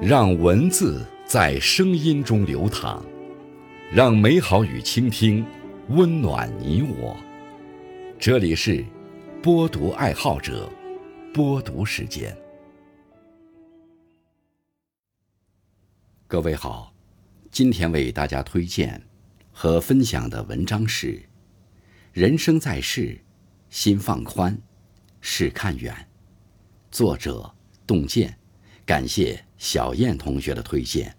让文字在声音中流淌，让美好与倾听温暖你我。这里是播读爱好者播读时间。各位好，今天为大家推荐和分享的文章是人生在世，心放宽，事看远，作者洞见，感谢小燕同学的推荐。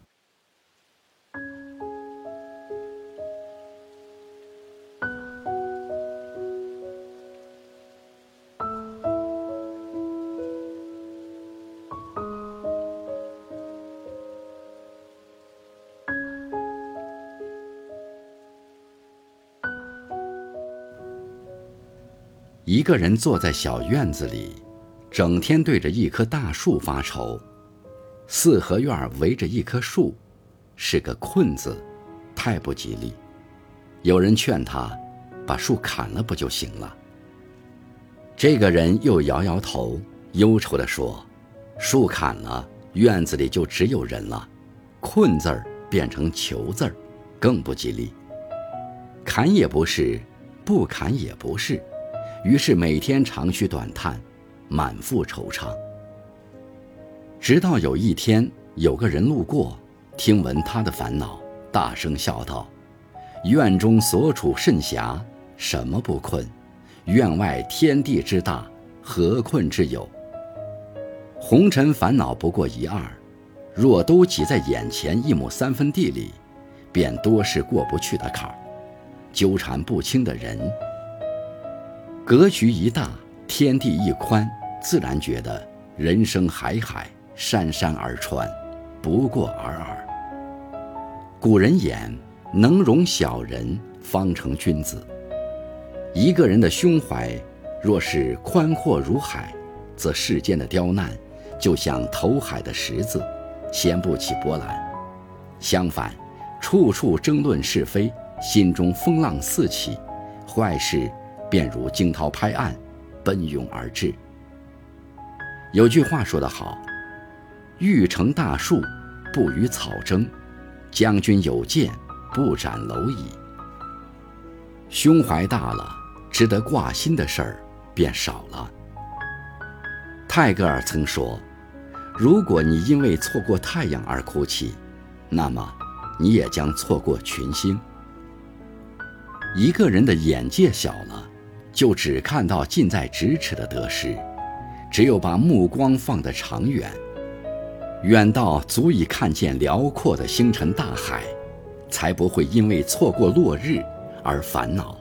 一个人坐在小院子里，整天对着一棵大树发愁。四合院围着一棵树，是个困字，太不吉利。有人劝他把树砍了不就行了。这个人又摇摇头，忧愁地说，树砍了，院子里就只有人了，困字儿变成求字儿，更不吉利。砍也不是，不砍也不是，于是每天长吁短叹，满腹惆怅。直到有一天，有个人路过，听闻他的烦恼，大声笑道，院中所处甚狭，什么不困？院外天地之大，何困之有？红尘烦恼不过一二，若都挤在眼前1亩3分地里，便多是过不去的坎儿，纠缠不清的人。格局一大，天地一宽，自然觉得人生海海，山山而川，不过尔尔。古人言，能容小人，方成君子。一个人的胸怀若是宽阔如海，则世间的刁难就像投海的石子，掀不起波澜。相反，处处争论是非，心中风浪四起，坏事便如惊涛拍岸，奔涌而至。有句话说得好，欲成大树，不与草争，将军有剑，不斩蝼蚁。胸怀大了，值得挂心的事儿便少了。泰戈尔曾说，如果你因为错过太阳而哭泣，那么你也将错过群星。一个人的眼界小了，就只看到近在咫尺的得失，只有把目光放得长远，远到足以看见辽阔的星辰大海，才不会因为错过落日而烦恼。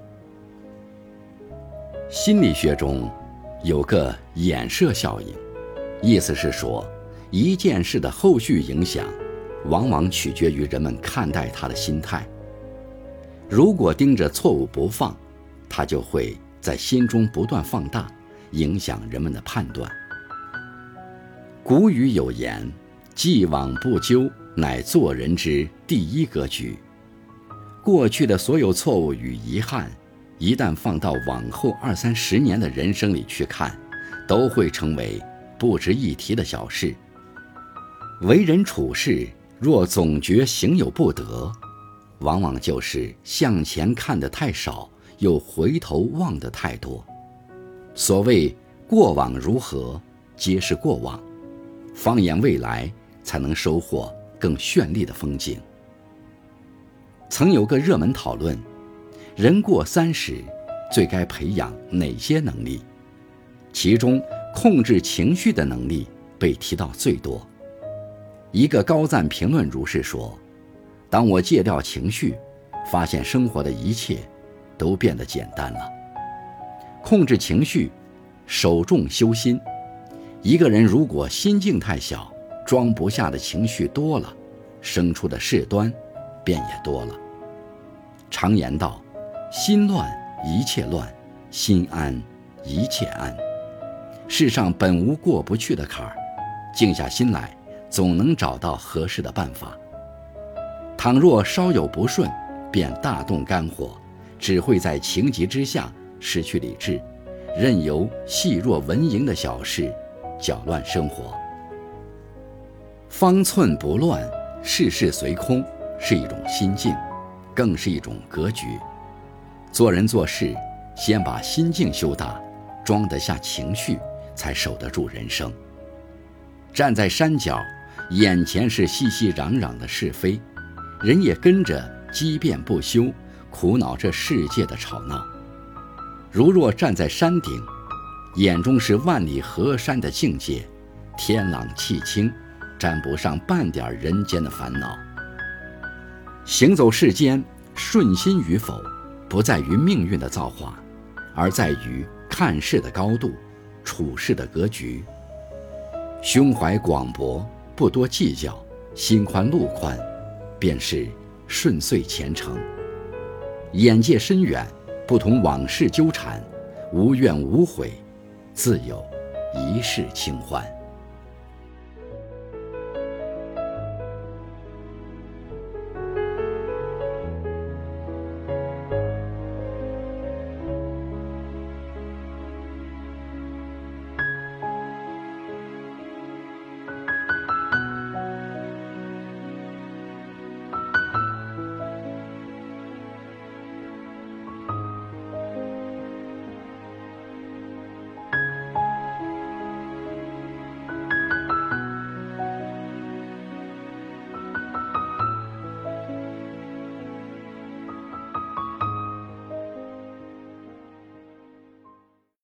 心理学中有个衍射效应，意思是说，一件事的后续影响往往取决于人们看待它的心态。如果盯着错误不放，它就会在心中不断放大，影响人们的判断。古语有言，既往不咎，乃做人之第一格局。过去的所有错误与遗憾，一旦放到往后20-30年的人生里去看，都会成为不值一提的小事。为人处事，若总觉行有不得，往往就是向前看得太少，又回头望得太多。所谓过往如何，皆是过往，放眼未来，才能收获更绚丽的风景。曾有个热门讨论，人过30，最该培养哪些能力？其中控制情绪的能力被提到最多。一个高赞评论如是说，当我戒掉情绪，发现生活的一切都变得简单了。控制情绪，首重修心。一个人如果心境太小，装不下的情绪多了，生出的事端便也多了。常言道，心乱一切乱，心安一切安。世上本无过不去的坎儿，静下心来，总能找到合适的办法。倘若稍有不顺，便大动肝火，只会在情急之下失去理智，任由细若蚊蝇的小事搅乱生活。 方寸不乱，事事随空，是一种心境，更是一种格局。做人做事，先把心境修大，装得下情绪，才守得住人生。站在山脚，眼前是熙熙攘攘的是非，人也跟着激辩不休，苦恼这世界的吵闹。如若站在山顶，眼中是万里河山的境界，天朗气清，沾不上半点人间的烦恼。行走世间，顺心与否，不在于命运的造化，而在于看事的高度，处事的格局。胸怀广博，不多计较，心宽路宽，便是顺遂前程。眼界深远，不同往事纠缠，无怨无悔，自有一世清欢。